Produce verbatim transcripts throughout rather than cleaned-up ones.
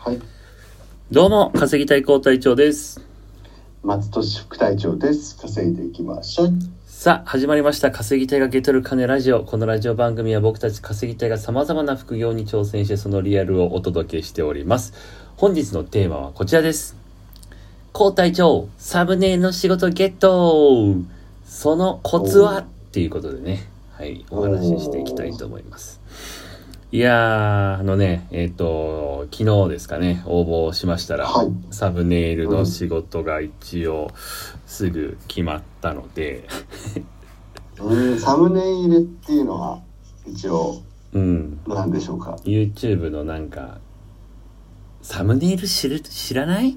はい。 どうも、稼ぎたい高隊長です。 松俊副隊長です。稼いでいきましょう。 さあ、始まりました。稼ぎたいが受け取る金ラジオ。このラジオ番組は僕たち稼ぎたいが様々な副業に挑戦してそのリアルをお届けしております。本日のテーマはこちらです。高隊長、サムネイルの仕事ゲット、そのコツはっていうことでね、はい、お話ししていきたいと思います。いやー、あのね、えっと、昨日ですかね、応募しましたら、はい、サムネイルの仕事が一応すぐ決まったので、 うん、サムネイルっていうのは一応、うん、何でしょうか。 YouTube のなんか、サムネイル知る、知らない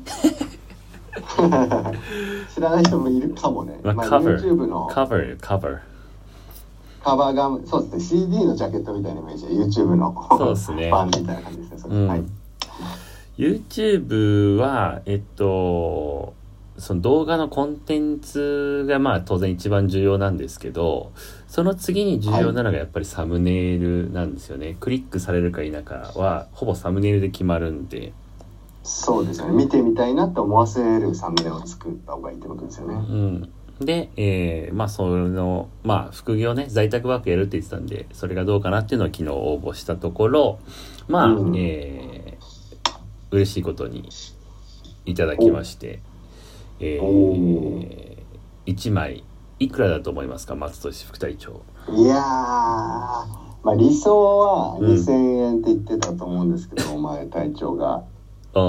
知らない人もいるかもね。 まあ、 まあ、 カバー、 YouTube のカバー、カバー。 カバーが、そうですね、シーディー のジャケットみたいなイメージで YouTube のそうですね、 ファンみたいな感じですね。それ、うん、はい。 YouTube は、えっと、その動画のコンテンツがまあ当然一番重要なんですけど、その次に重要なのがやっぱりサムネイルなんですよね。はい、クリックされるか否かはほぼサムネイルで決まるんで。 そうですね。見てみたいなと思わせるサムネを作った方がいいってことですよね。 うん。で、えー、まあその、まあ副業ね、在宅ワークやるって言ってたんで、それがどうかなっていうのを昨日応募したところ、まあ、うん、えー、嬉しいことにいただきまして、えー、いちまいいくらだと思いますか、松俊副隊長。 いやー、まあ理想はにせんえんって言ってたと思うんですけど、うん、お前隊長が。 うん。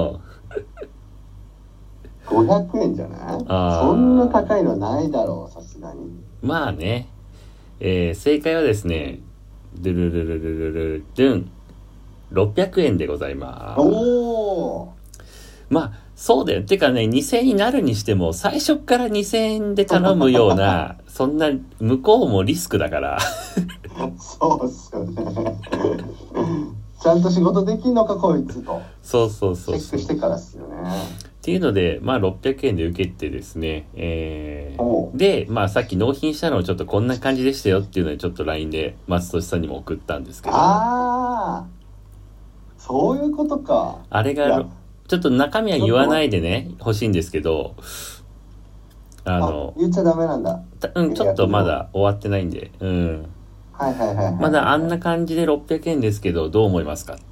ごひゃくえんじゃない？そんな高いのないだろう、さすがに。 まあね、えー、正解はですね、ドゥルルルルルルルドゥン、ろっぴゃくえんでございます。 おー。 まあそうだよ。てかね、にせんえんになるにしても最初からにせんえんで頼むようなそんな向こうもリスクだからそうっすよね。ちゃんと仕事できんのかこいつと。 そうそうそうそう。 チェックしてからっすよね。 っていうので、まあろっぴゃくえんで受けてですね、えー、で、まあさっき納品したのをちょっとこんな感じでしたよっていうのでちょっと ライン で松俊さんにも送ったんですけど。 ああ、そういうことか。 あれが、ちょっと中身は言わないでね、欲しいんですけど、 あの、あ、言っちゃダメなんだ。 うん、ちょっとまだ終わってないんで、うん。 はいはいはいはい、はい。 まだあんな感じでろっぴゃくえんですけど、どう思いますか？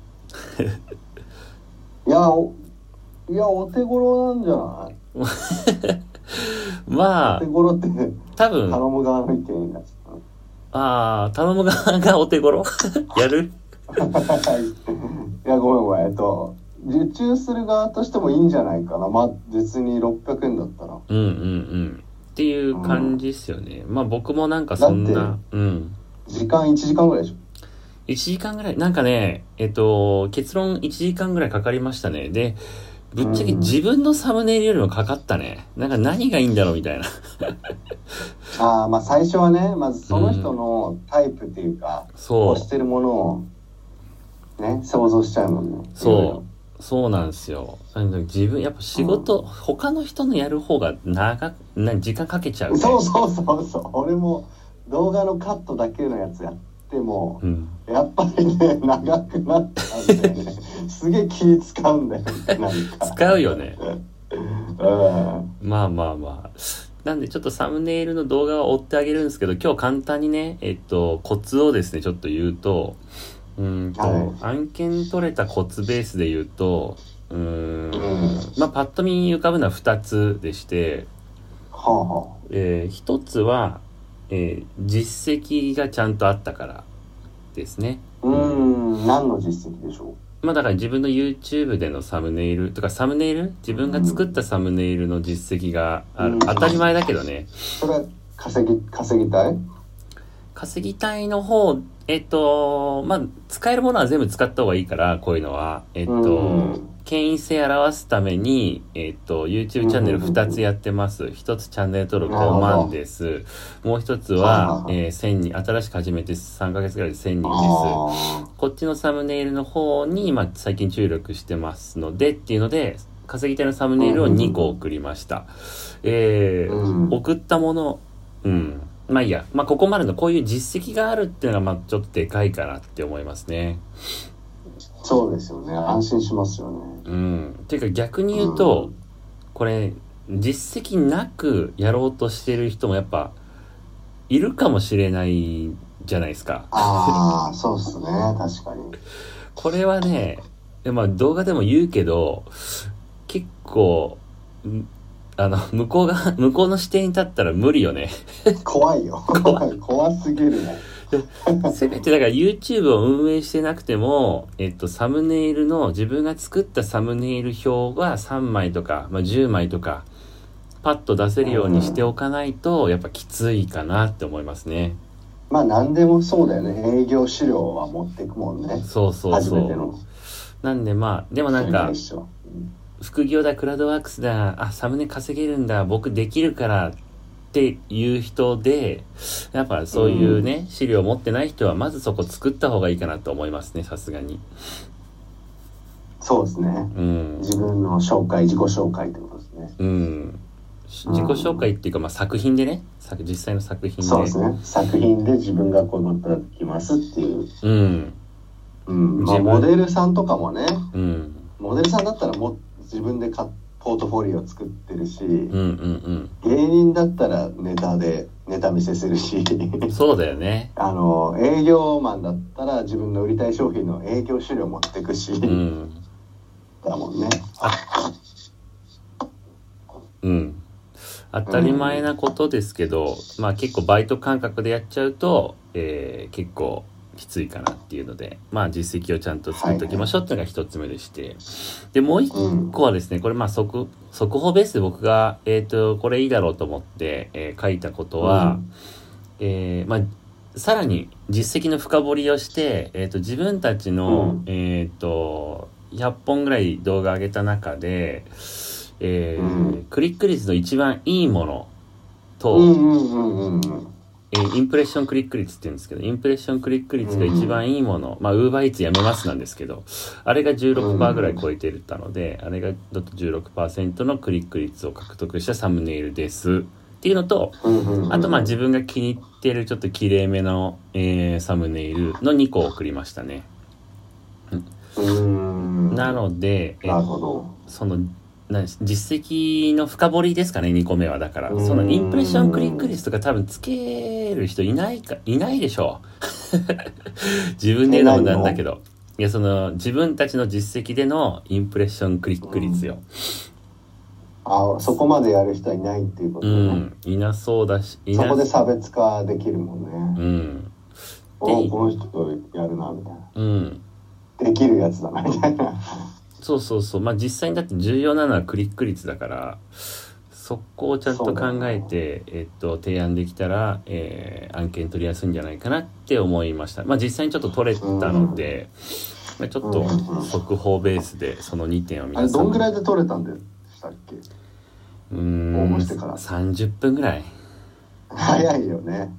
いや、いや、お手頃なんじゃない？ まあ、 お手頃って多分頼む側の意見になっちゃう。 ああ、頼む側がお手頃やるいや、ごめんごめん。えっと、受注する側としてもいいんじゃないかな。まあ、別にろっぴゃくえんだったら。 うんうんうん。っていう感じっすよね。うん、まあ僕もなんかそんな、うん。 時間いちじかんぐらいでしょ。 いちじかんぐらい、なんかね、えっと、結論いちじかんぐらいかかりましたね。で、ぶっちゃけ自分のサムネイルよりもかかったね。なんか何がいいんだろうみたいな。 ああ、まあ最初はね、まずその人のタイプっていうか、うん、そう。してるものを、ね、想像しちゃうもんね。 そう。そうなんですよ。自分、やっぱ仕事、うん、他の人のやる方が長く、時間かけちゃう、ね。 そうそうそうそう。俺も動画のカットだけのやつやっても、うん、やっぱりね、長くなったんで、ね、すげえ気使うんだよね。なんか使うよね。 うん、 まあまあまあ。なんでちょっとサムネイルの動画を追ってあげるんですけど、今日簡単にね、えっと、コツをですね、ちょっと言うと、うんと、はい、案件取れたコツベースで言うと、うーん、うん、まあパッと見浮かぶのはふたつでして、 はあはあ、 えー、ひとつは、えー、実績がちゃんとあったからですね。 うーん、何の実績でしょう？まあだから自分の YouTube でのサムネイルとかサムネイル自分が作ったサムネイルの実績がある、うん、当たり前だけどね。 それ稼ぎ稼ぎたい？ 稼ぎたいの方、えっとまあ使えるものは全部使った方がいいから、こういうのはえっと、うん、権威性を表すためにえっと YouTube チャンネルふたつやってます。ひとつチャンネル登録ごまんです。もうひとつは、えー、せんにん、新しく始めてさんかげつぐらいでせんにんです。こっちのサムネイルの方に、まあ、最近注力してますのでっていうので、稼ぎたいのサムネイルをにこ送りました。えーうん、送ったもの、うん。まあいいや。まあここまでのこういう実績があるっていうのが、まあちょっとでかいかなって思いますね。 そうですよね。安心しますよね。 ううん。っていうか逆に言うと、うん、これ実績なくやろうとしてる人もやっぱいるかもしれないじゃないですか。 ああ、そうっすね。確かに。 これはね、まあ動画でも言うけど、結構、あの、向こうが、向こうの視点に立ったら無理よね。 怖いよ。怖い。怖すぎるね。 せめてだから YouTube を運営してなくても、えっと、サムネイルの、自分が作ったサムネイル表がさんまいとか、まあ、じゅうまいとか、パッと出せるようにしておかないと、やっぱきついかなって思いますね。 まあ何でもそうだよね。営業資料は持っていくもんね。 そうそうそう。 初めての。 なんでまあ、でもなんか、副業だ、クラウドワークスだ、あ、サムネ稼げるんだ、僕できるからっていう人で、やっぱそういうね、うん、資料を持ってない人はまずそこ作った方がいいかなと思いますね、さすがに。 そうですね。うん。自分の紹介、自己紹介ってことですね。 うん。自己紹介っていうか、まあ、作品でね、実際の作品で。 そうですね。作品で自分がこういうことができますっていう。うん。うん。まあ、モデルさんとかもね、うん。モデルさんだったらも自分でかポートフォリオ作ってるし、うんうんうん、芸人だったらネタでネタ見せするし、 そうだよね。 あの営業マンだったら自分の売りたい商品の営業資料持ってくし、うん、だもんね。 うん。当たり前なことですけど、うん、まあ結構バイト感覚でやっちゃうと、えー、結構きついかなっていうので、まあ実績をちゃんと作っておきましょうっていうのが一つ目でして、でもう一個はですね、これまあ速速報ベースで僕がえっとこれいいだろうと思って、えー、書いたことは、うん、えー、まあさらに実績の深掘りをして、えっと自分たちの、うん、えっとひゃっぽんぐらい動画上げた中で、えーうん、クリック率の一番いいものと、うんうんうんうんえー、インプレッションクリック率って言うんですけど、インプレッションクリック率が一番いいもの、うん、まあ、ウーバーイーツやめますなんですけど、あれが じゅうろくパーセント ぐらい超えてたので、うん、あれが じゅうろくパーセント のクリック率を獲得したサムネイルですっていうのと、あとまあ自分が気に入ってるちょっと綺麗めの、えー、サムネイルのにこを送りましたね。うん、なので、えー、その実績の深掘りですかね、にこめは。だからそのインプレッションクリック率とか多分つける人いないかいないでしょう自分で言うのもなんだけど、いやその自分たちの実績でのインプレッションクリック率よ、 うん、あそこまでやる人はいないっていうことね、うん、 いなそうだし、いなそこで差別化できるもんね。うんおこの人やるなみたいな、うん、できるやつだなみたいなそうそうそう。まあ実際にだって重要なのはクリック率だから、そこをちゃんと考えて、えっと、提案できたら、えー、案件取りやすいんじゃないかなって思いました。まあ実際にちょっっと取れたので、まあ、ちょっと速報ベースでそのにてんを皆さん。 あれどんぐらいで取れたんでしたっけ？ うーん、応募してから。さんじゅっぷんぐらい。 早いよね。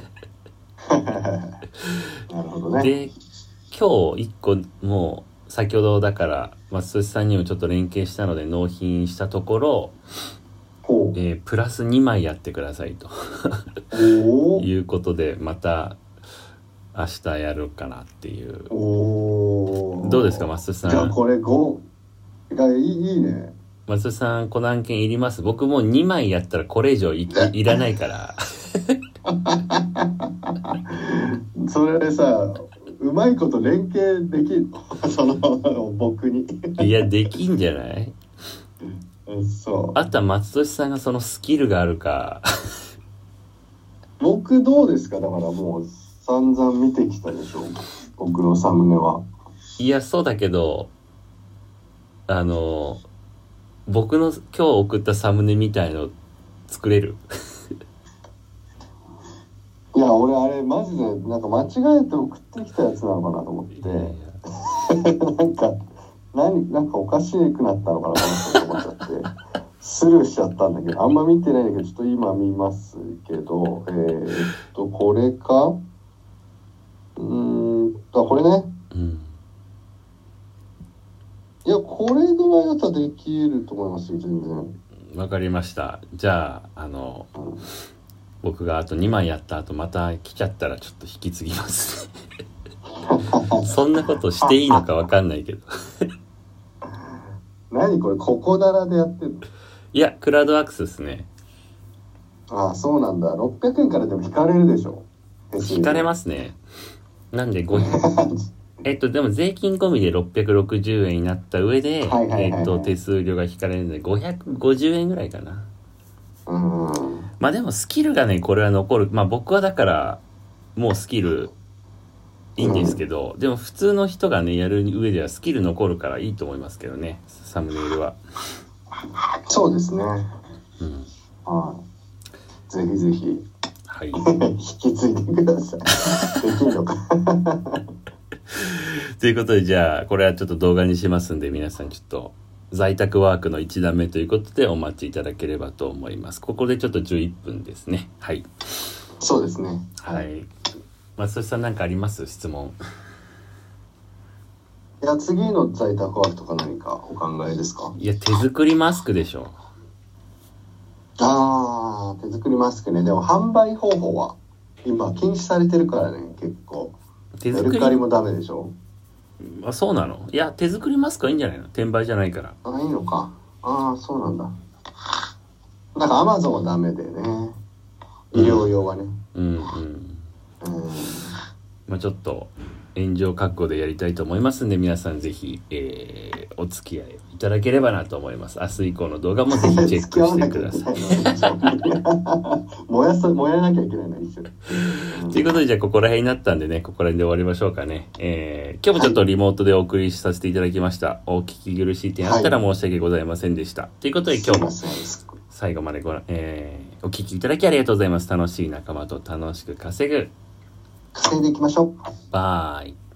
なるほどね。 で、今日いっこもう、先ほどだから松寿さんにもちょっと連携したので納品したところ、えー、プラスにまいやってくださいということでまた明日やるかなっていう。おどうですか松寿さん。 じゃあこれごがいい、いいね。 松寿さんこの案件いります？僕もうにまいやったらこれ以上 い, い, いらないからそれさうまいこと連携できるその僕にいやできんじゃない？そうあとは松俊さんがそのスキルがあるか僕どうですか？だからもう散々見てきたでしょ僕のサムネは。 いやそうだけどあの僕の今日送ったサムネみたいの作れる？ いや俺あれマジでなんか間違えて送ってきたやつなのかなと思ってなんか何なんかおかしくなったのかなと思っちゃってスルーしちゃったんだけどあんま見てないんだけどちょっと今見ますけどえー、っとこれかうーんとこれね、うん、いやこれぐらいだったらできると思いますよ全然。 わかりました。じゃああの、うん僕があとにまいやった後また来ちゃったらちょっと引き継ぎますそんなことしていいのか分かんないけど何これ、ココダラでやってるの？ いや、クラウドワークスですね。 ああ、そうなんだ。ろっぴゃくえんからでも引かれるでしょ。 引かれますね。なんでごひゃくえっとでも税金込みでろっぴゃくろくじゅうえんになった上で、 はいはいはいはい、 えっと手数料が引かれるのでごひゃくごじゅうえんぐらいかな。 うん。 まあでもスキルがね、これは残る。まあ僕はだからもうスキルいいんですけど、うん、でも普通の人がねやる上ではスキル残るからいいと思いますけどね、サムネイルは。 そうですね。 うん。 はい。ぜひぜひ。 はい。 引き継いでください。できるのか。 ということで、じゃあこれはちょっと動画にしますんで、皆さんちょっと在宅ワークのいちだんめということでお待ちいただければと思います。ここでちょっとじゅういっぷんですね。はい。 そうですね。 はい。松俊さん、何かあります？質問。 いや、次の在宅ワークとか何かお考えですか？ いや、手作りマスクでしょ。 ああ、手作りマスクね。でも販売方法は今禁止されてるからね、結構。手作りメルカリもダメでしょ。 あ、そうなの？いや、手作りマスクはいいんじゃないの？転売じゃないから。 あ、いいのか。ああ、そうなんだ。なんかアマゾンはダメでね。医療用はね。 うんうん。うん、まあちょっと炎上覚悟でやりたいと思いますんで、皆さんぜひ、えー、お付き合いいただければなと思います。明日以降の動画もぜひチェックしてください。 燃やす、燃やなきゃいけないの一緒。 ということで、じゃあここら辺になったんでね、ここら辺で終わりましょうかね。えー、今日もちょっとリモートでお送りさせていただきました。はい、お聞き苦しい点あったら申し訳ございませんでした。と、はい、いうことで今日も最後までご覧、えー、お聞きいただきありがとうございます。楽しい仲間と楽しく稼ぐ。 稼いでいきましょう。 バイ。